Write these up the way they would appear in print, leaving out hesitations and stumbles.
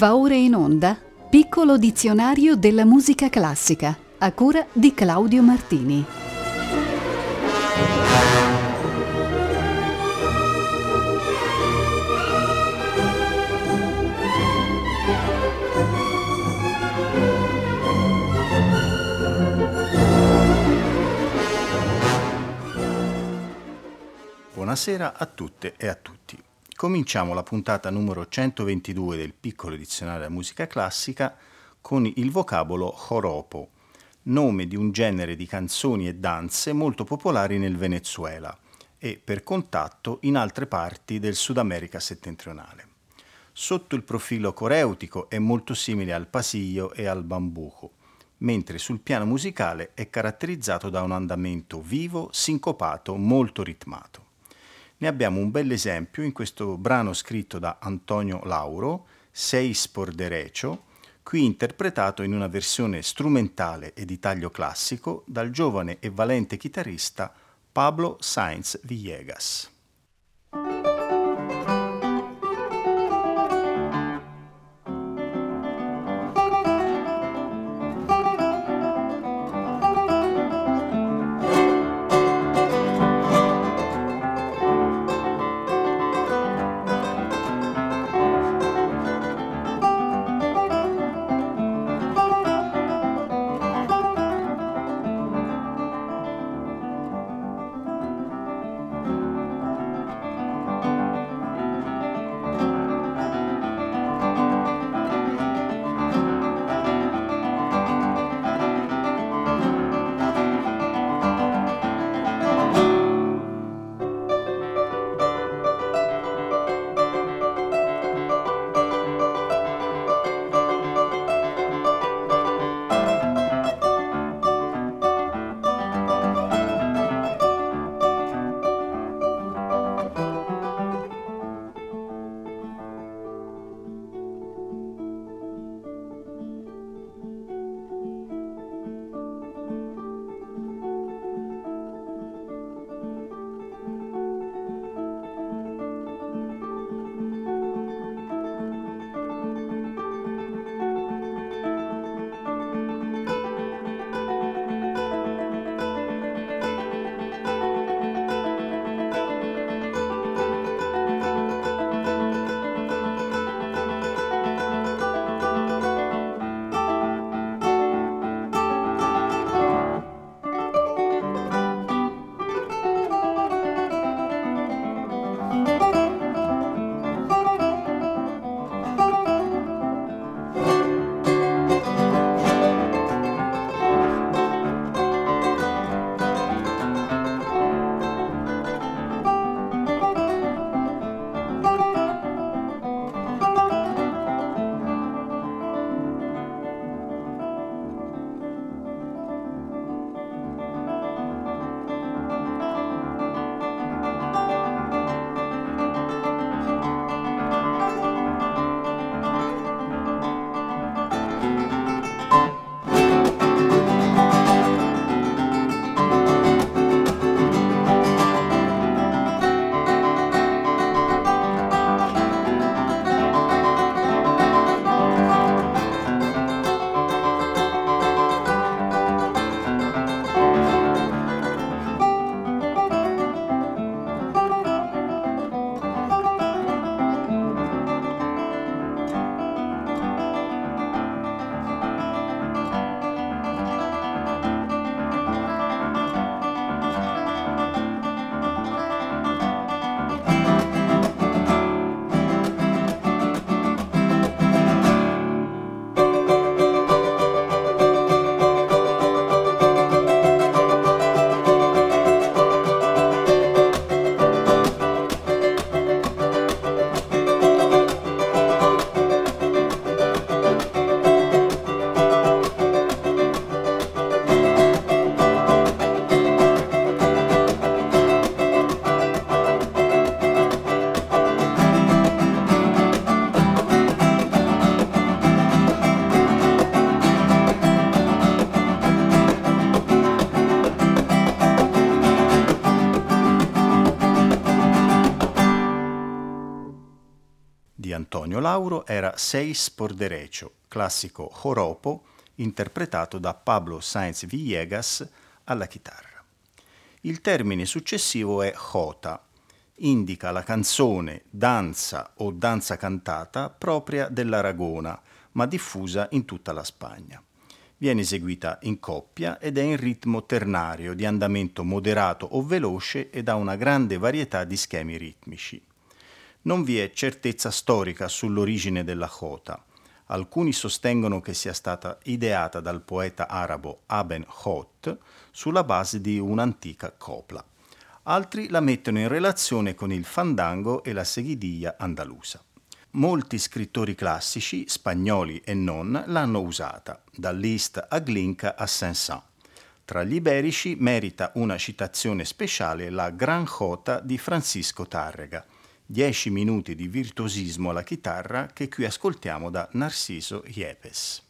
Va ora in onda Piccolo dizionario della musica classica, a cura di Claudio Martini. Buonasera a tutte e a tutti. Cominciamo la puntata numero 122 del Piccolo dizionario della musica classica con il vocabolo joropo, nome di un genere di canzoni e danze molto popolari nel Venezuela e per contatto in altre parti del Sud America settentrionale. Sotto il profilo coreutico è molto simile al pasillo e al bambuco, mentre sul piano musicale è caratterizzato da un andamento vivo, sincopato, molto ritmato. Ne abbiamo un bel esempio in questo brano scritto da Antonio Lauro, Seis por derecho, qui interpretato in una versione strumentale e di taglio classico dal giovane e valente chitarrista Pablo Sáenz Villegas. Antonio Lauro era Seis por Derecho, classico joropo interpretato da Pablo Sáenz Villegas alla chitarra. Il termine successivo è jota, indica la canzone, danza o danza cantata propria dell'Aragona, ma diffusa in tutta la Spagna. Viene eseguita in coppia ed è in ritmo ternario, di andamento moderato o veloce ed ha una grande varietà di schemi ritmici. Non vi è certezza storica sull'origine della jota. Alcuni sostengono che sia stata ideata dal poeta arabo Aben Hot sulla base di un'antica copla. Altri la mettono in relazione con il fandango e la seguidilla andalusa. Molti scrittori classici, spagnoli e non, l'hanno usata, da Liszt a Glinka a Saint-Saëns. Tra gli iberici merita una citazione speciale la Gran Jota di Francisco Tárrega, 10 minuti di virtuosismo alla chitarra che qui ascoltiamo da Narciso Yepes.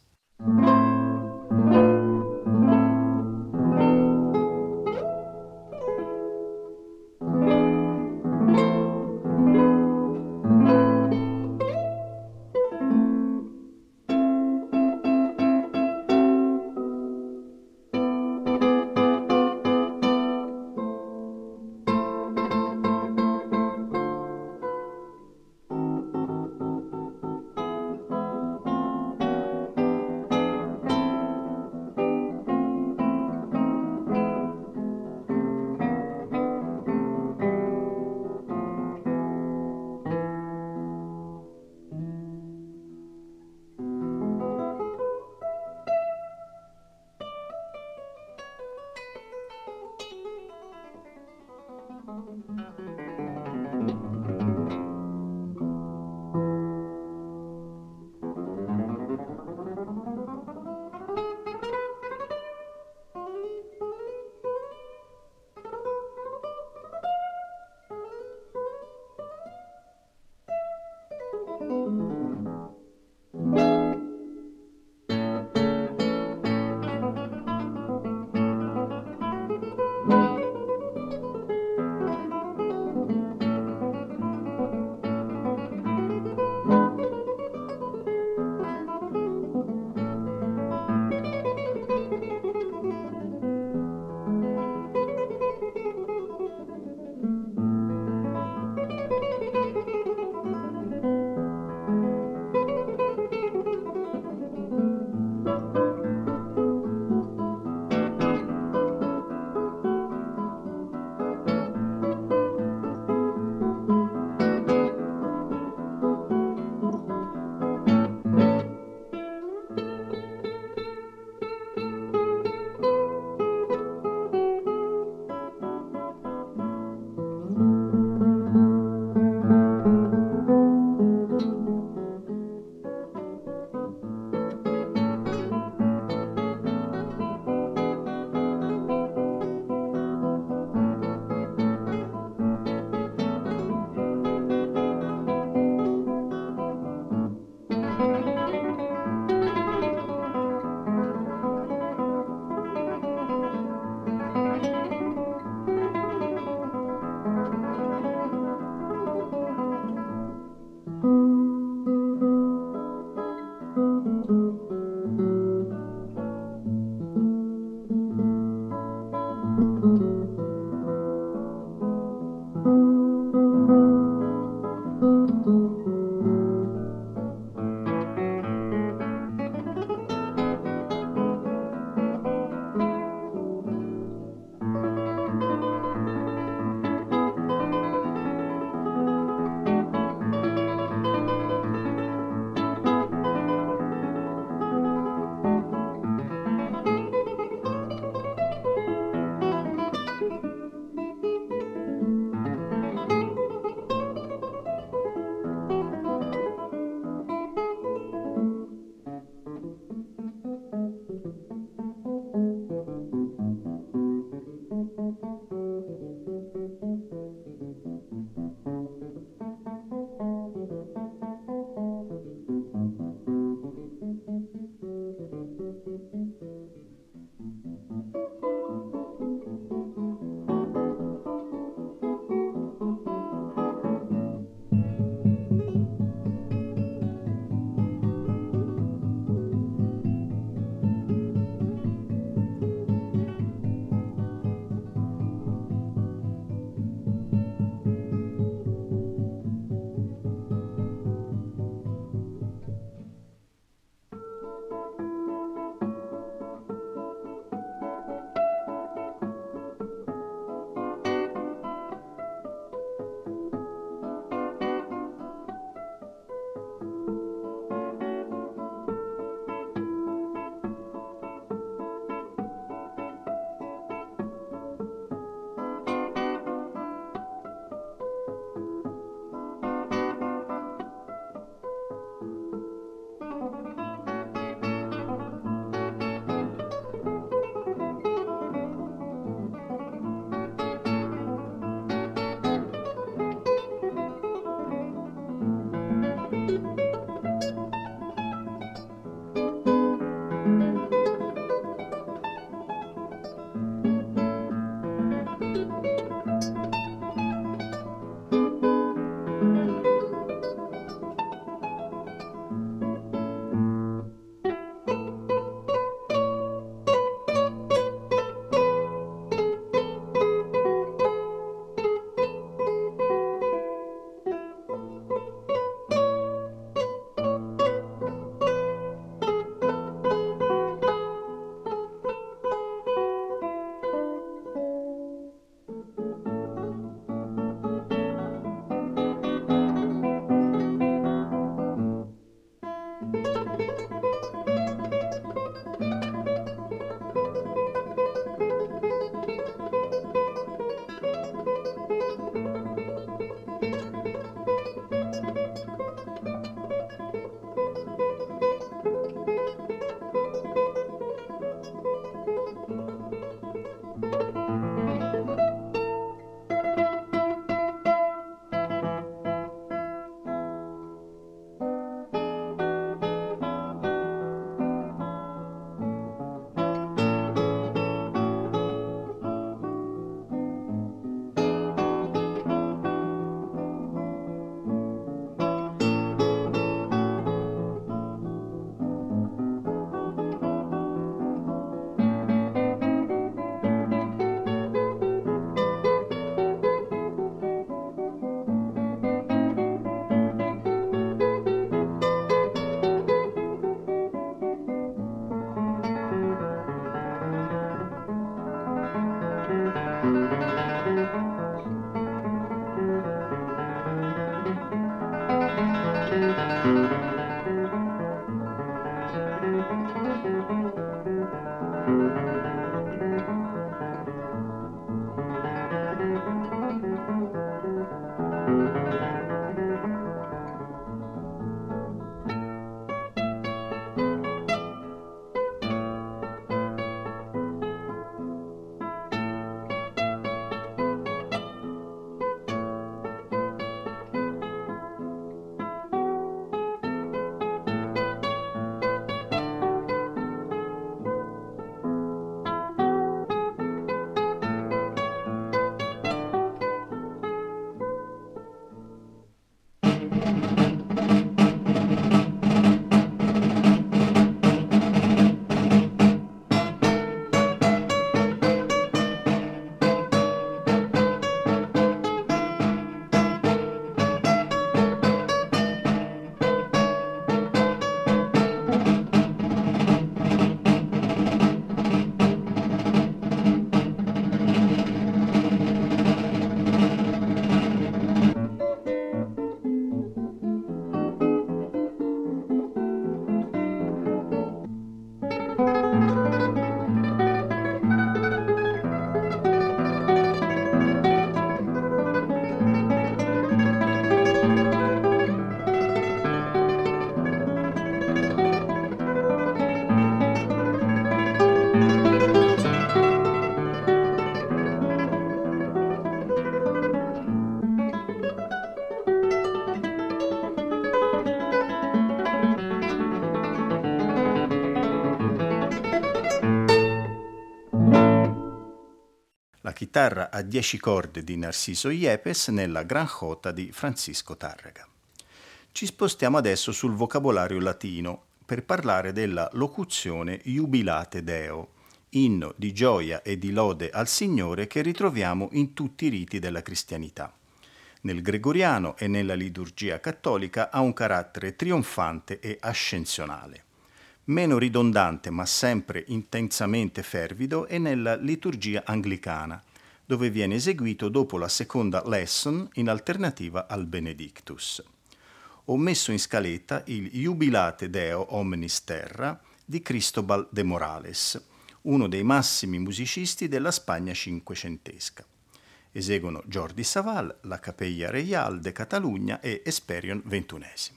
chitarra a 10 corde di Narciso Yepes nella Gran Jota di Francisco Tárrega. Ci spostiamo adesso sul vocabolario latino per parlare della locuzione Jubilate Deo, inno di gioia e di lode al Signore che ritroviamo in tutti i riti della cristianità. Nel gregoriano e nella liturgia cattolica ha un carattere trionfante e ascensionale. Meno ridondante ma sempre intensamente fervido è nella liturgia anglicana, dove viene eseguito dopo la seconda lesson in alternativa al Benedictus. Ho messo in scaletta il Jubilate Deo Omnis Terra di Cristobal de Morales, uno dei massimi musicisti della Spagna cinquecentesca. Eseguono Jordi Savall, la Capella Reial de Catalunya e Esperion XXI.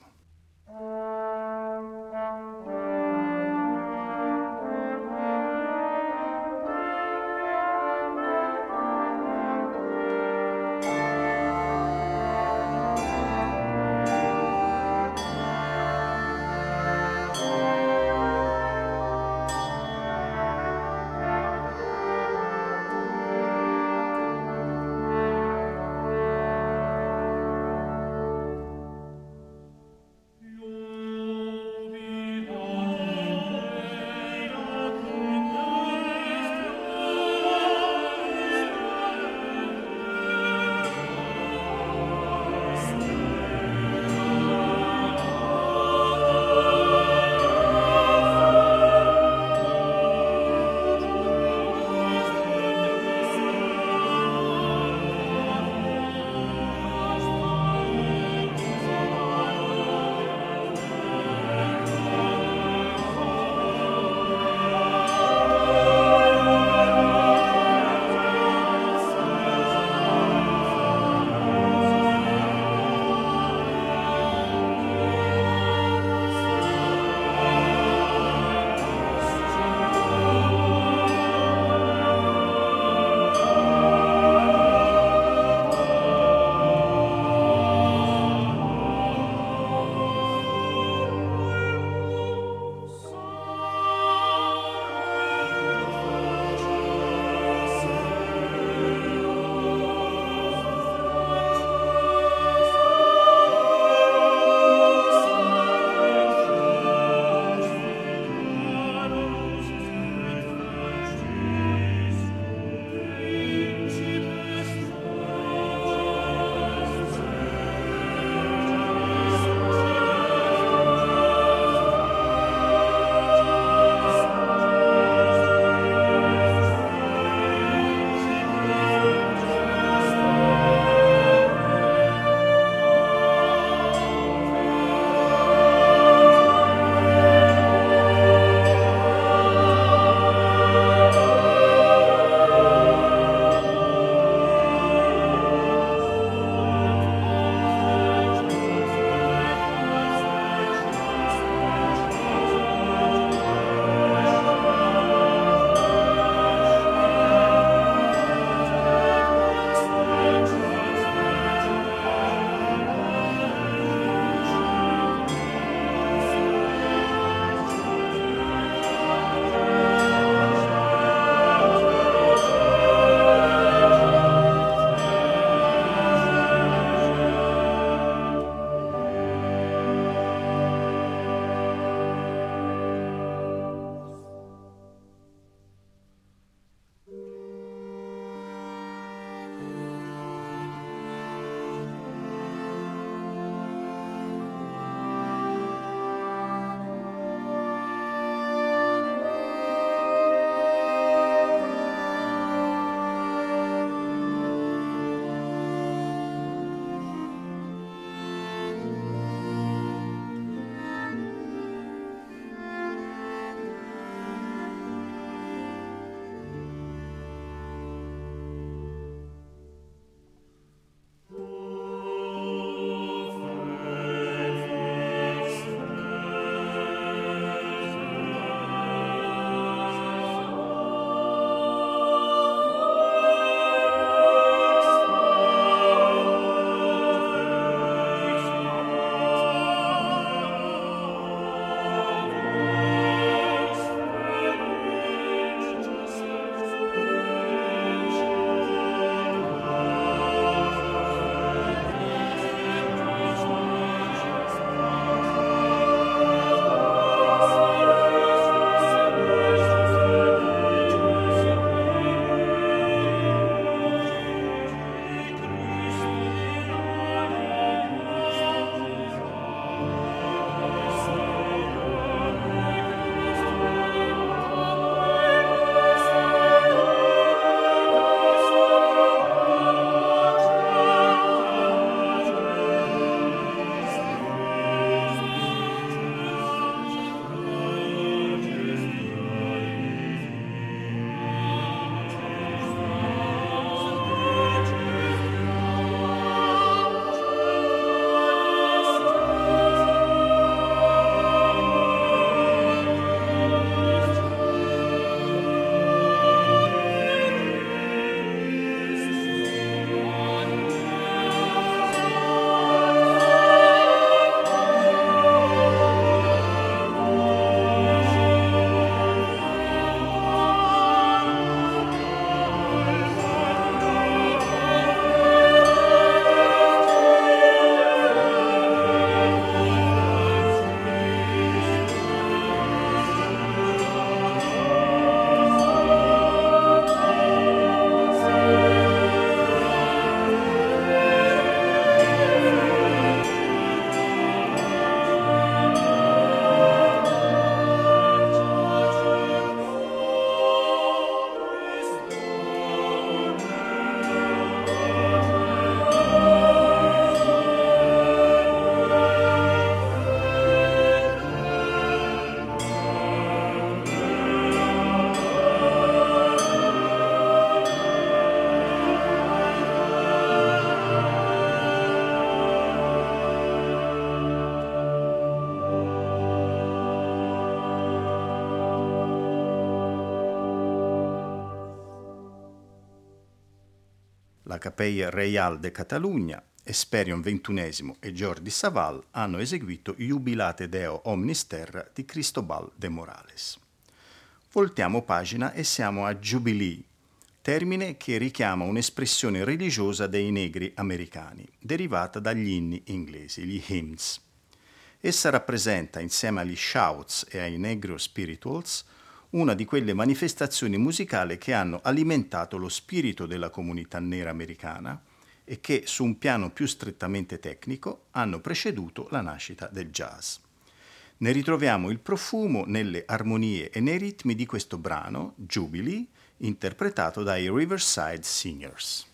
La Capella Reial de Catalunya, Esperion XXI e Jordi Savall hanno eseguito Jubilate Deo Omnis Terra di Cristobal de Morales. Voltiamo pagina e siamo a Jubilee, termine che richiama un'espressione religiosa dei negri americani, derivata dagli inni inglesi, gli hymns. Essa rappresenta, insieme agli shouts e ai negro spirituals, una di quelle manifestazioni musicali che hanno alimentato lo spirito della comunità nera americana e che, su un piano più strettamente tecnico, hanno preceduto la nascita del jazz. Ne ritroviamo il profumo nelle armonie e nei ritmi di questo brano, Jubilee, interpretato dai Riverside Singers.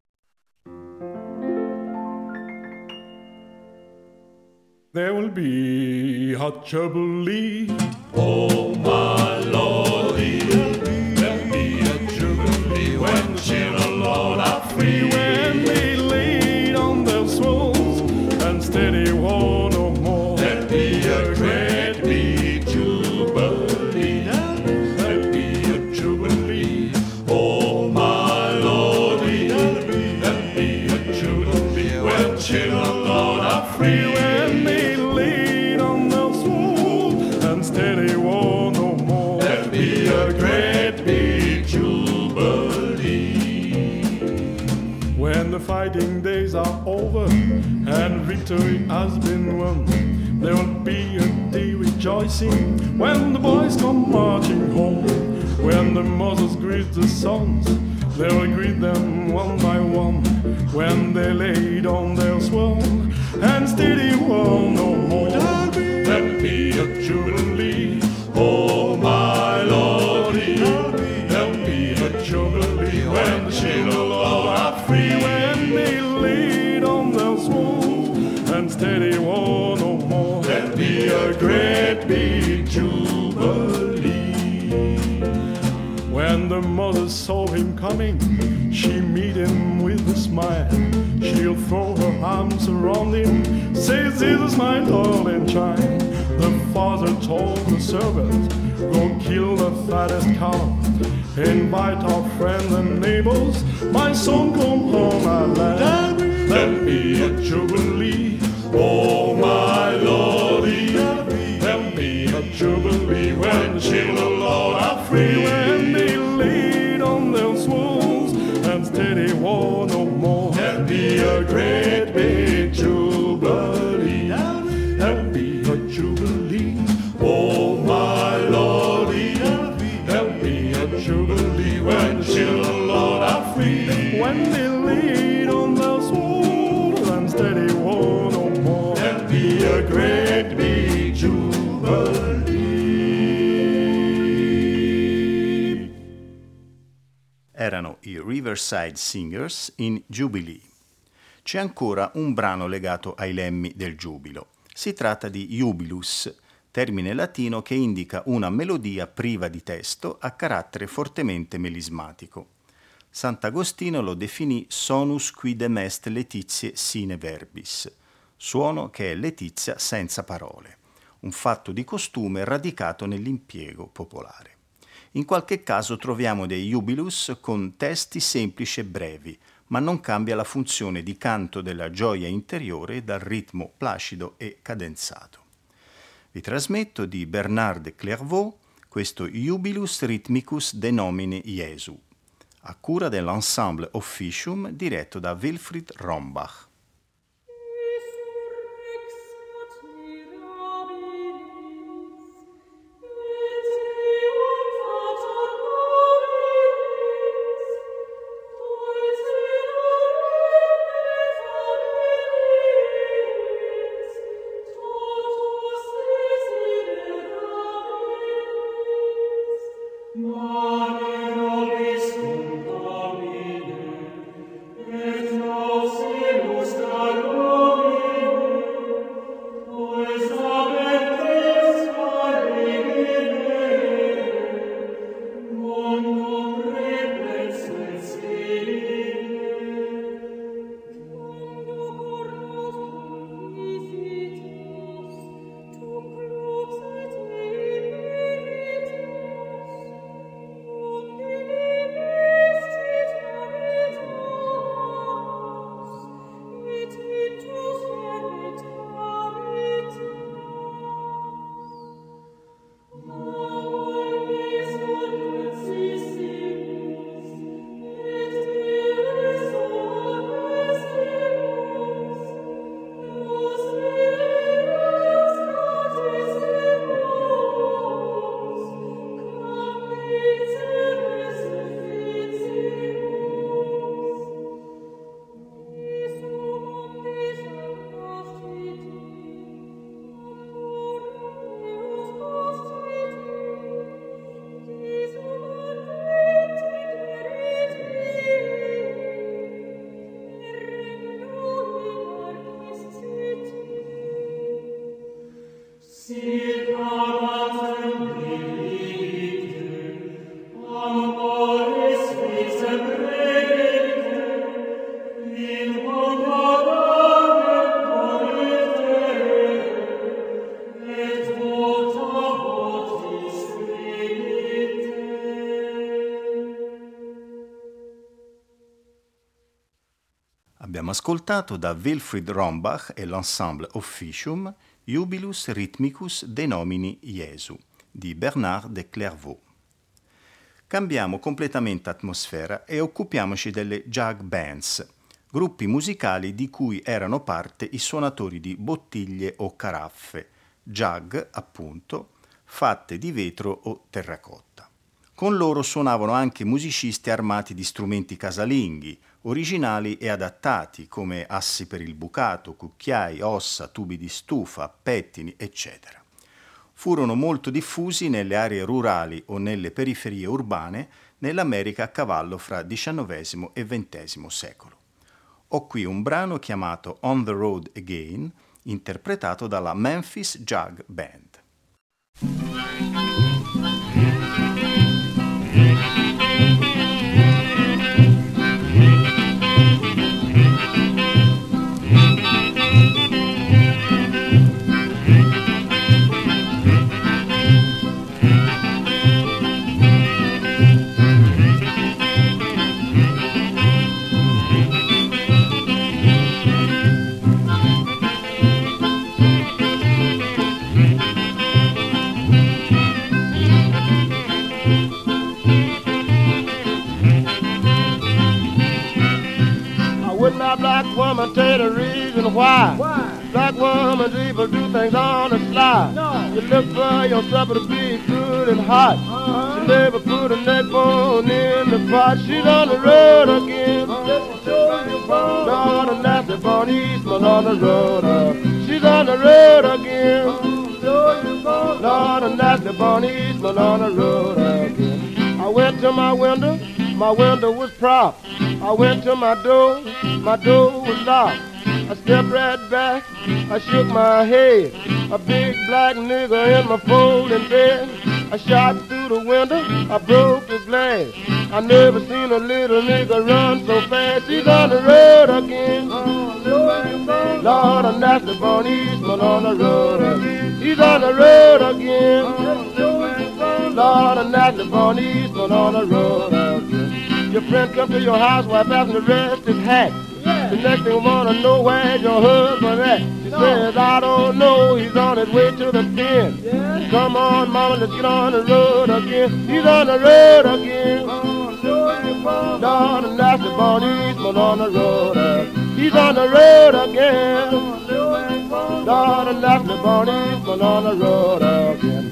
There will be a jubilee, oh my lordy. There'll be a jubilee when the children Lord are free. When they laid on their swells and steady war no more. There'll be a great big jubilee. There'll be a jubilee, oh my lordy. There'll be a jubilee when the children Lord are free. The fighting days are over and victory has been won. There will be a day rejoicing when the boys come marching home. When the mothers greet the sons, they will greet them one by one. When they laid on their sword and steady war no more. There'll be a jubilee, oh my lordy. There'll be a jubilee when the children are free. Steady war no more. There'll be a great big jubilee. When the mother saw him coming, she met him with a smile. She'll throw her arms around him, say, "This is my darling child." The father told the servant, "Go kill the fattest cow. Invite our friends and neighbors. My son, come home at last." There'll be a jubilee, oh my lordy. There'll be a jubilee when the children Lord are free. When they laid on their swords and steady war no more. There'll be a great big jubilee. There'll be a jubilee, oh my lordy. There'll be a jubilee when the children Lord are free. When they laid on their swords and steady war no more. There'll be a great big jubilee. Erano i Riverside Singers in Jubilee. C'è ancora un brano legato ai lemmi del giubilo. Si tratta di Jubilus, termine latino che indica una melodia priva di testo a carattere fortemente melismatico. Sant'Agostino lo definì sonus quidem est laetitiae sine verbis, suono che è letizia senza parole, un fatto di costume radicato nell'impiego popolare. In qualche caso troviamo dei jubilus con testi semplici e brevi, ma non cambia la funzione di canto della gioia interiore dal ritmo placido e cadenzato. Vi trasmetto di Bernard Clairvaux questo Jubilus Rhythmicus de nomine Jesu, a cura dell'Ensemble Officium diretto da Wilfried Rombach. Nos Abbiamo ascoltato da Wilfried Rombach e l'ensemble Officium Jubilus Rhythmicus de nomini Iesu di Bernard de Clairvaux. Cambiamo completamente atmosfera e occupiamoci delle jug bands, gruppi musicali di cui erano parte i suonatori di bottiglie o caraffe, jug appunto, fatte di vetro o terracotta. Con loro suonavano anche musicisti armati di strumenti casalinghi, originali e adattati come assi per il bucato, cucchiai, ossa, tubi di stufa, pettini, eccetera. Furono molto diffusi nelle aree rurali o nelle periferie urbane nell'America a cavallo fra XIX e XX secolo. Ho qui un brano chiamato On the Road Again, interpretato dalla Memphis Jug Band. Black woman, tell the reason why. Black woman, people do things on the sly. No. You look for your supper to be good and hot. She never put a neck bone in the pot. She's on the road again. Lord, a nasty born Eastman on the road. She's on the road again. Lord, a nasty born Eastman on the road again. I went to my window was propped. I went to my door was locked. I stepped right back, I shook my head. A big black nigga in my folding bed. I shot through the window, I broke the glass. I never seen a little nigga run so fast. He's on the road again. Lord, a nasty born Eastman on the road again. He's on the road again. Lord, a nasty born Eastman on the road again. Your friend come to your house while passing the rest his hat. Yeah. The next thing wanna know where's your husband at. She says, I don't know, he's on his way to the pen. Yeah. Come on, mama, let's get on the road again. He's on the road again. Lord, a nasty born Eastman on the road again. He's on the road again. Lord, a nasty born Eastman on the road again.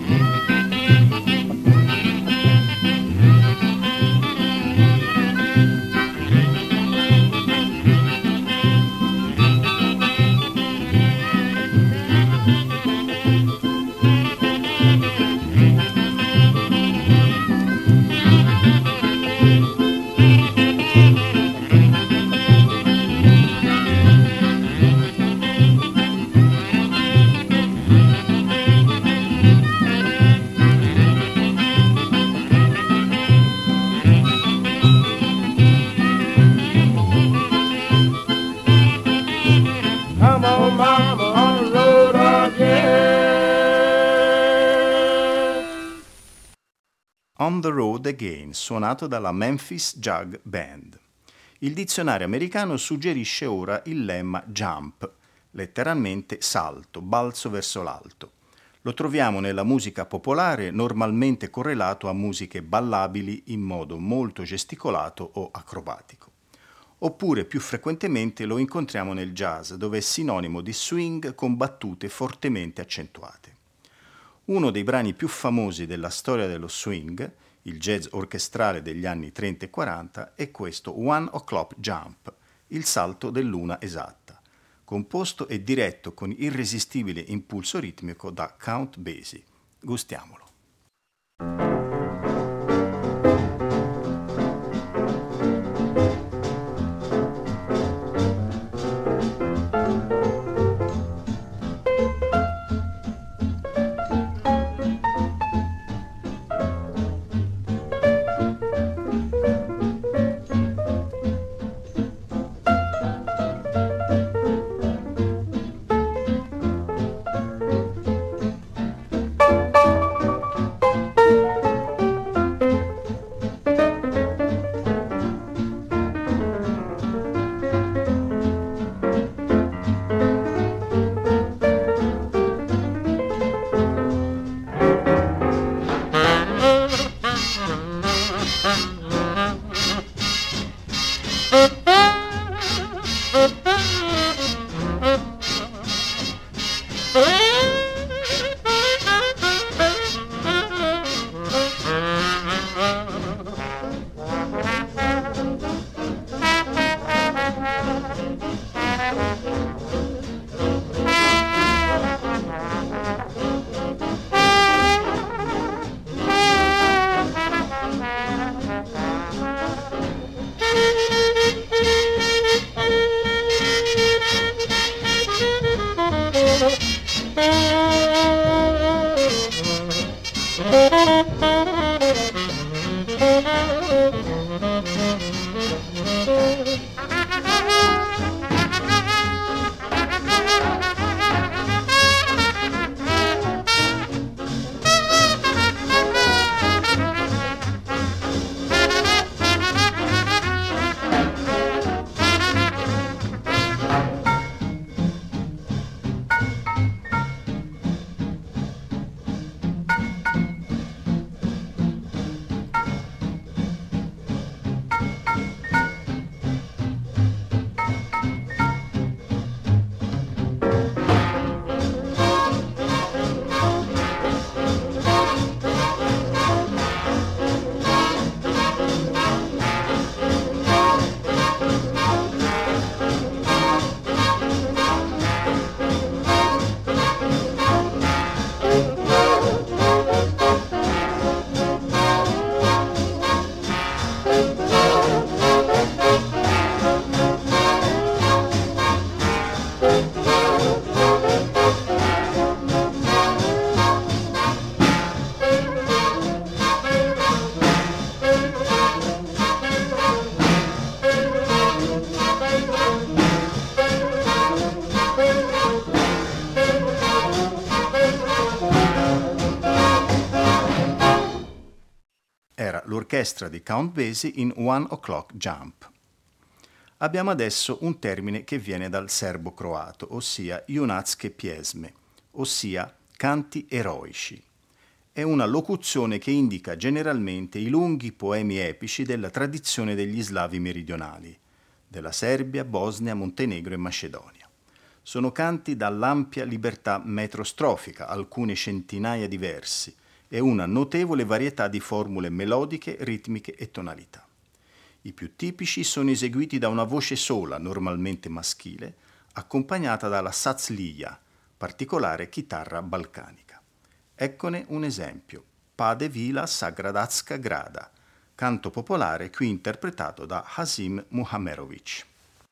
On the Road Again, suonato dalla Memphis Jug Band. Il dizionario americano suggerisce ora il lemma jump, letteralmente salto, balzo verso l'alto. Lo troviamo nella musica popolare, normalmente correlato a musiche ballabili in modo molto gesticolato o acrobatico. Oppure più frequentemente lo incontriamo nel jazz, dove è sinonimo di swing con battute fortemente accentuate. Uno dei brani più famosi della storia dello swing, il jazz orchestrale degli anni 30 e 40, è questo One O'Clock Jump, il salto dell'una esatta, composto e diretto con irresistibile impulso ritmico da Count Basie. Gustiamolo. L'orchestra di Count Basie in One O'Clock Jump. Abbiamo adesso un termine che viene dal serbo-croato, ossia junatske pjesme, ossia canti eroici. È una locuzione che indica generalmente i lunghi poemi epici della tradizione degli slavi meridionali, della Serbia, Bosnia, Montenegro e Macedonia. Sono canti dall'ampia libertà metrostrofica, alcune centinaia di versi, e una notevole varietà di formule melodiche, ritmiche e tonalità. I più tipici sono eseguiti da una voce sola, normalmente maschile, accompagnata dalla sazlija, particolare chitarra balcanica. Eccone un esempio: Pade Vila Sagradatska Grada, canto popolare qui interpretato da Hasim Muhamerovic.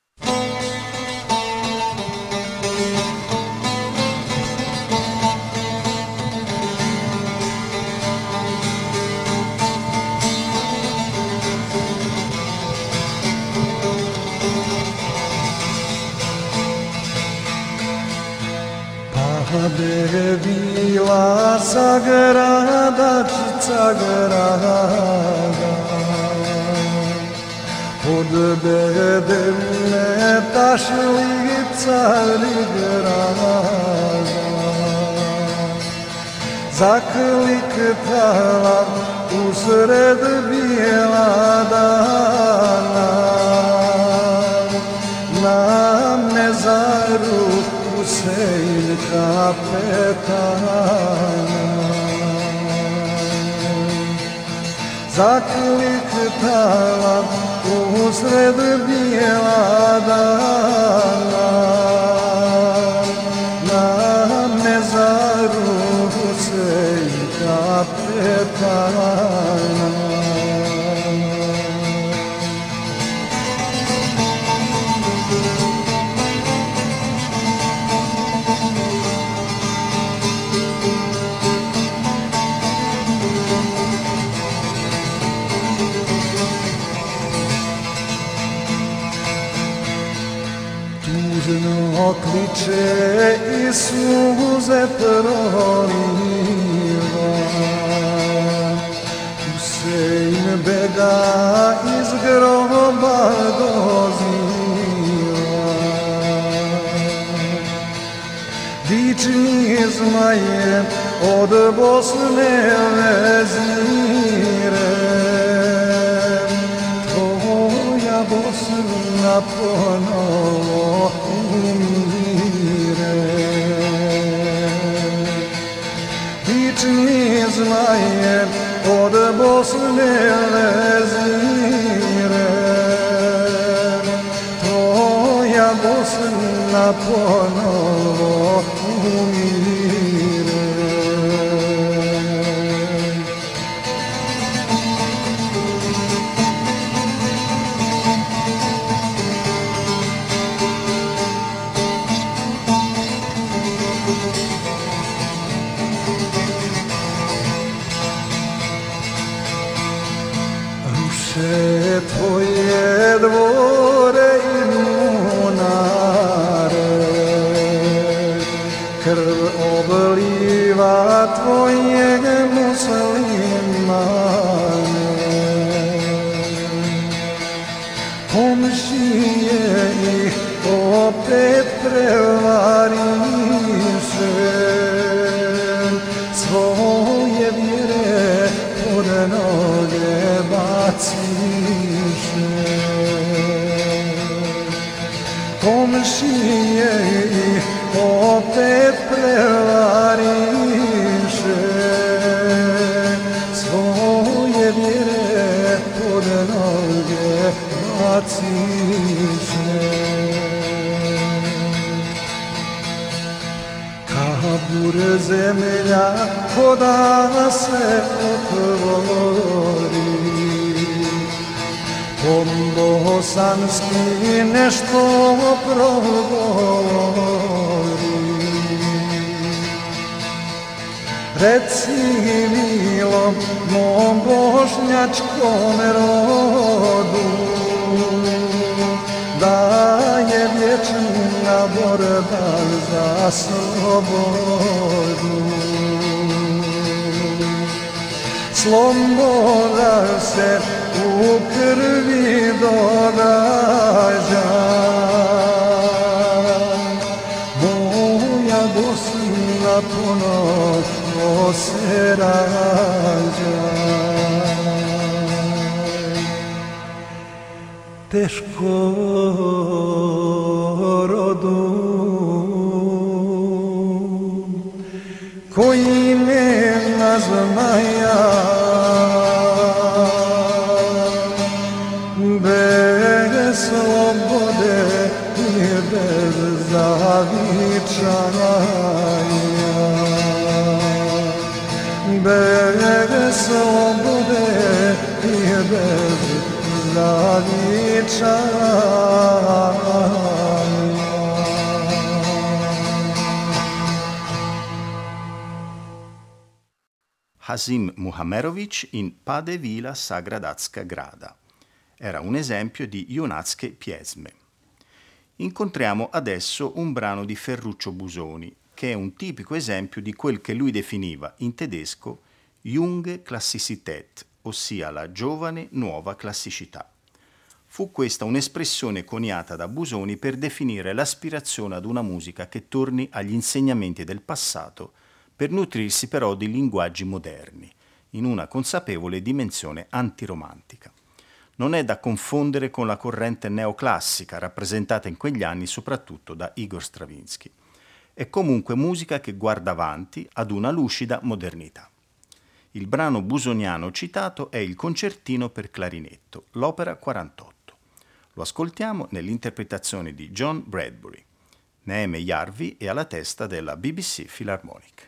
Pade Vila Sagradatska Grada, pod bedemne tašli cari grada, zakliktala usred bijela dana, na mezaru Husein kapetana. Zakliktala usred bijela dana, na mezaru Husein kapetana. Kliče i suze proliva, Husein bega iz groba doziva. Dični zmaje od Bosne vezire, tvoja Bosna ponovo umire. Dični zmaje od Bosne vezire, tvoja Bosna ponovo umire. tvoje dvore i munare, krv obliva tvoje muslimane. Komšije ih opet prevariše, svoje vjere pod noge baciše. Komšije ih opet prevariše, svoje vjere pod noge baciše. Kabur zemlja koda se otvori, bosanski nešto progovori. Reci milo mom bošnjačkom rodu, da je vječna borba za slobodu. Sloboda se u krvi događa, moja Bosna ponovno se rađa. Teško rodu koji nema zmaja, bez slobode i bez zavičaja, bez slobode i bez zavičaja. Hasim Muhamerović in Pade Vila Sagradacka Grada. Era un esempio di junacke pjesme. Incontriamo adesso un brano di Ferruccio Busoni, che è un tipico esempio di quel che lui definiva in tedesco Junge Klassizität, ossia la giovane nuova classicità. Fu questa un'espressione coniata da Busoni per definire l'aspirazione ad una musica che torni agli insegnamenti del passato, per nutrirsi però di linguaggi moderni, in una consapevole dimensione antiromantica. Non è da confondere con la corrente neoclassica rappresentata in quegli anni soprattutto da Igor Stravinsky. È comunque musica che guarda avanti ad una lucida modernità. Il brano busoniano citato è il Concertino per clarinetto, l'opera 48. Lo ascoltiamo nell'interpretazione di John Bradbury. Neeme Järvi è alla testa della BBC Philharmonic.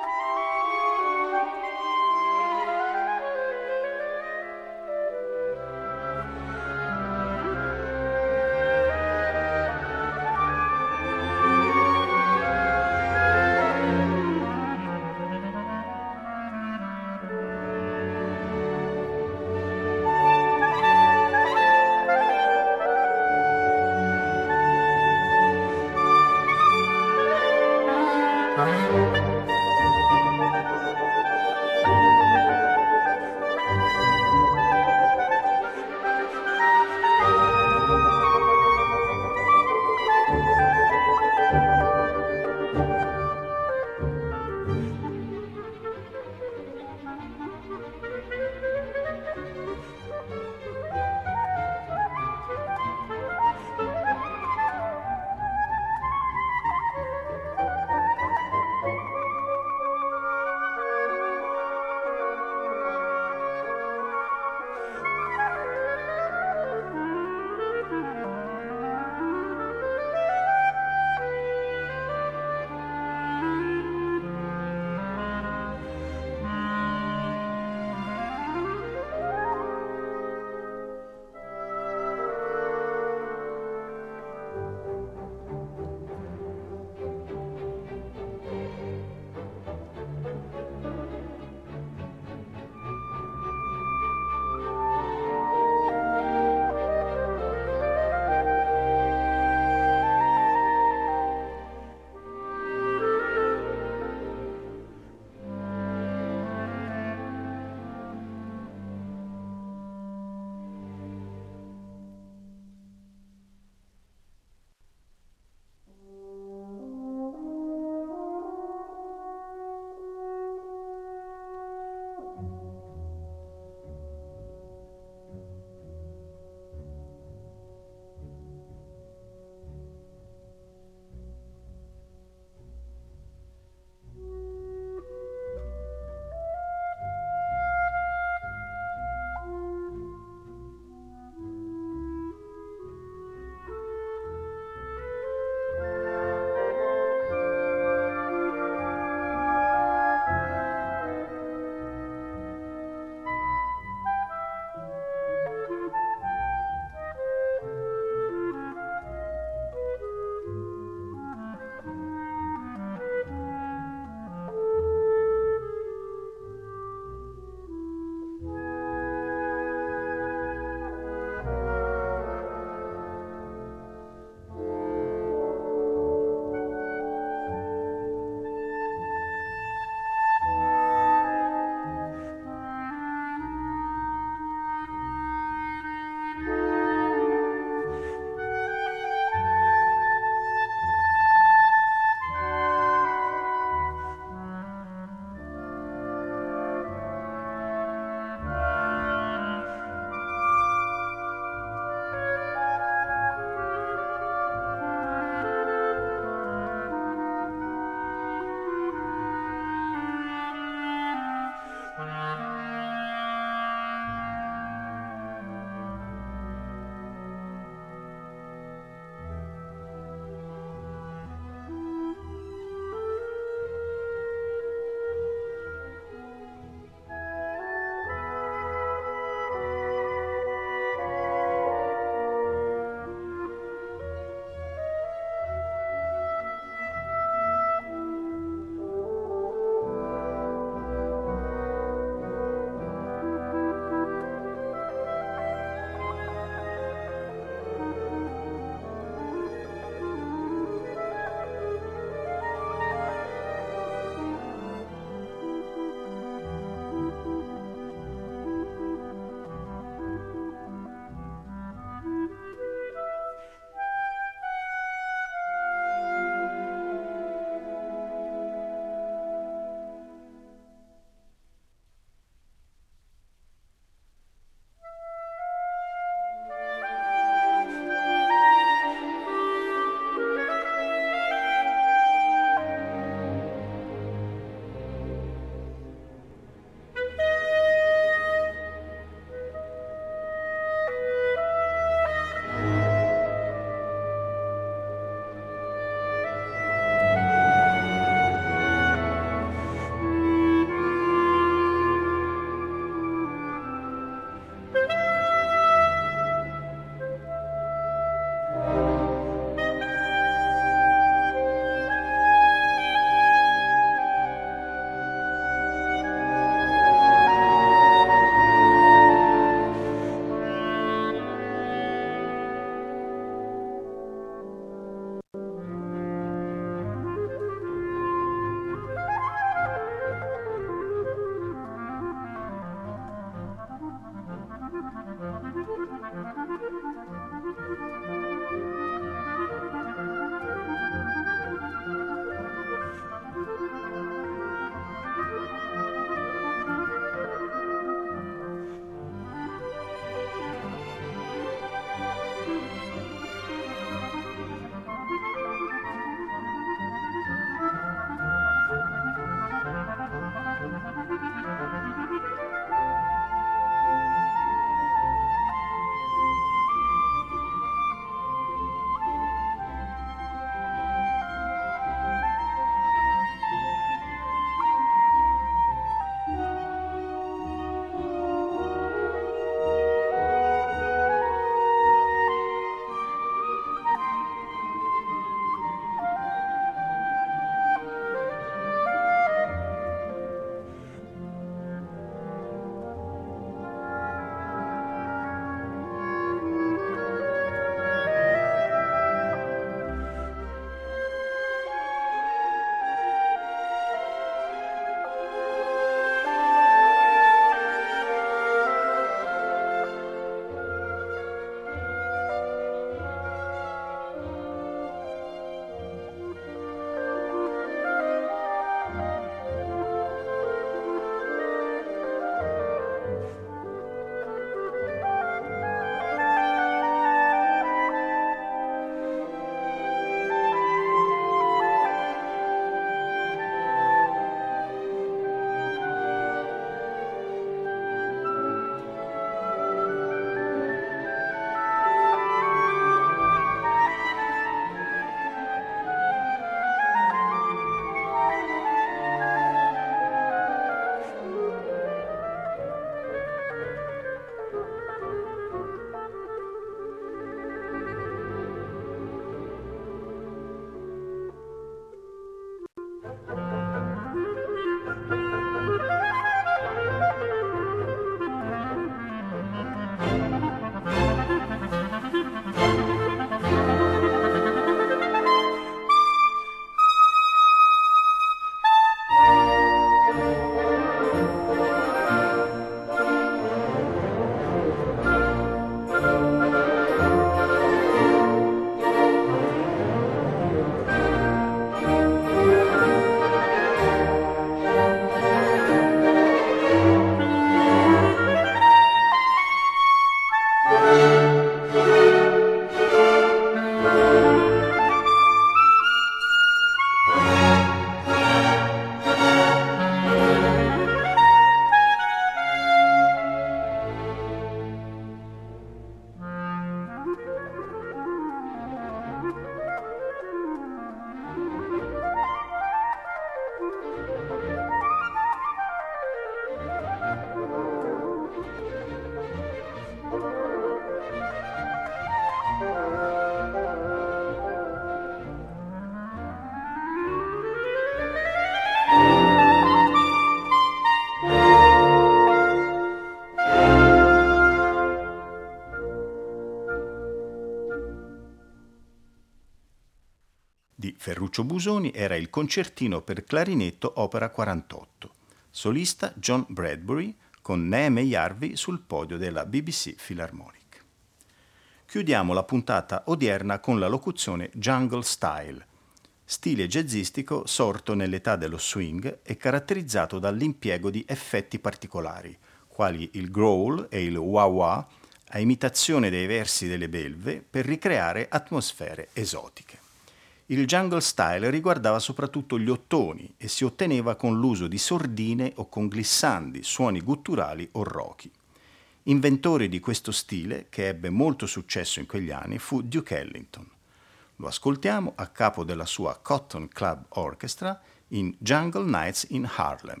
Lucio Busoni era il concertino per clarinetto opera 48, solista John Bradbury con Neeme Järvi sul podio della BBC Philharmonic. Chiudiamo la puntata odierna con la locuzione Jungle Style, stile jazzistico sorto nell'età dello swing e caratterizzato dall'impiego di effetti particolari, quali il growl e il wah-wah, a imitazione dei versi delle belve per ricreare atmosfere esotiche. Il jungle style riguardava soprattutto gli ottoni e si otteneva con l'uso di sordine o con glissandi, suoni gutturali o rochi. Inventore di questo stile, che ebbe molto successo in quegli anni, fu Duke Ellington. Lo ascoltiamo a capo della sua Cotton Club Orchestra in Jungle Nights in Harlem.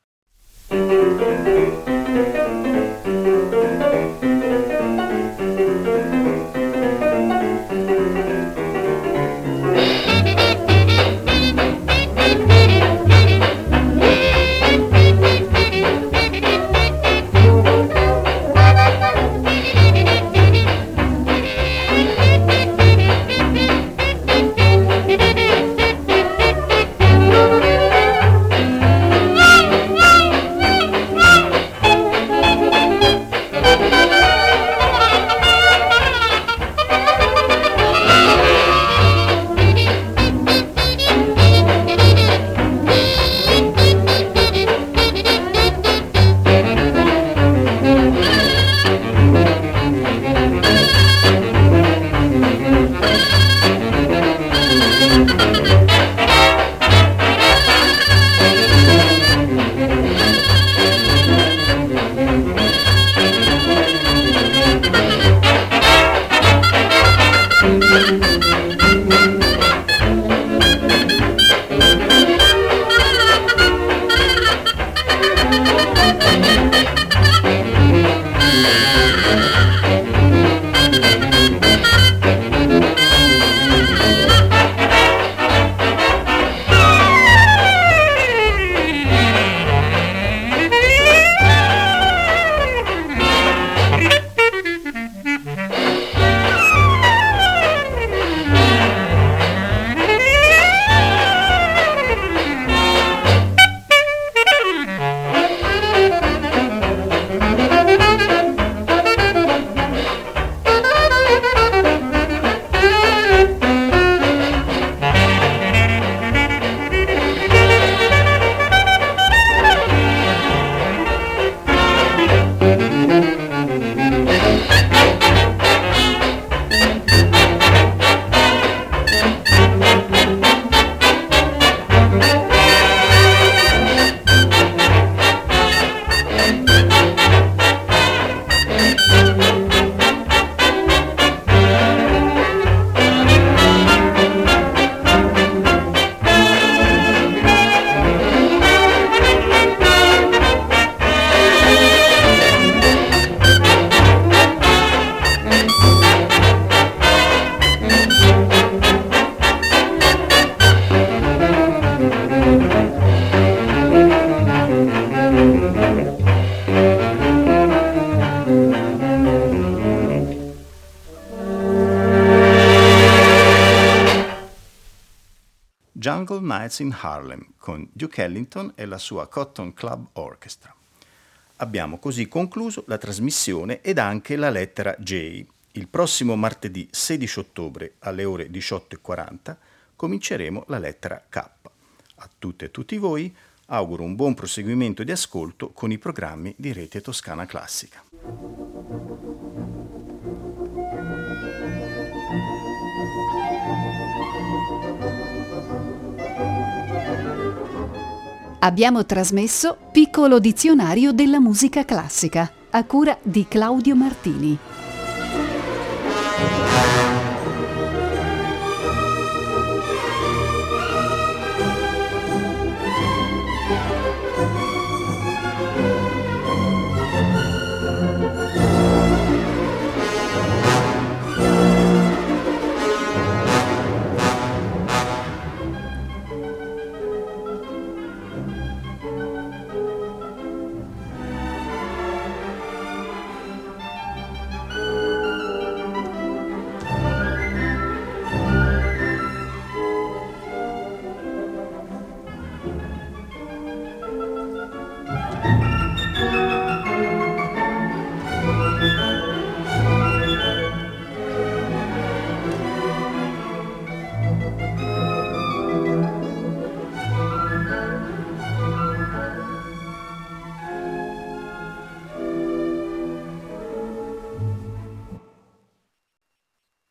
Jungle Nights in Harlem con Duke Ellington e la sua Cotton Club Orchestra. Abbiamo così concluso la trasmissione ed anche la lettera J. Il prossimo martedì 16 ottobre alle ore 18:40 cominceremo la lettera K. A tutte e tutti voi auguro un buon proseguimento di ascolto con i programmi di Rete Toscana Classica. Abbiamo trasmesso Piccolo dizionario della musica classica, a cura di Claudio Martini.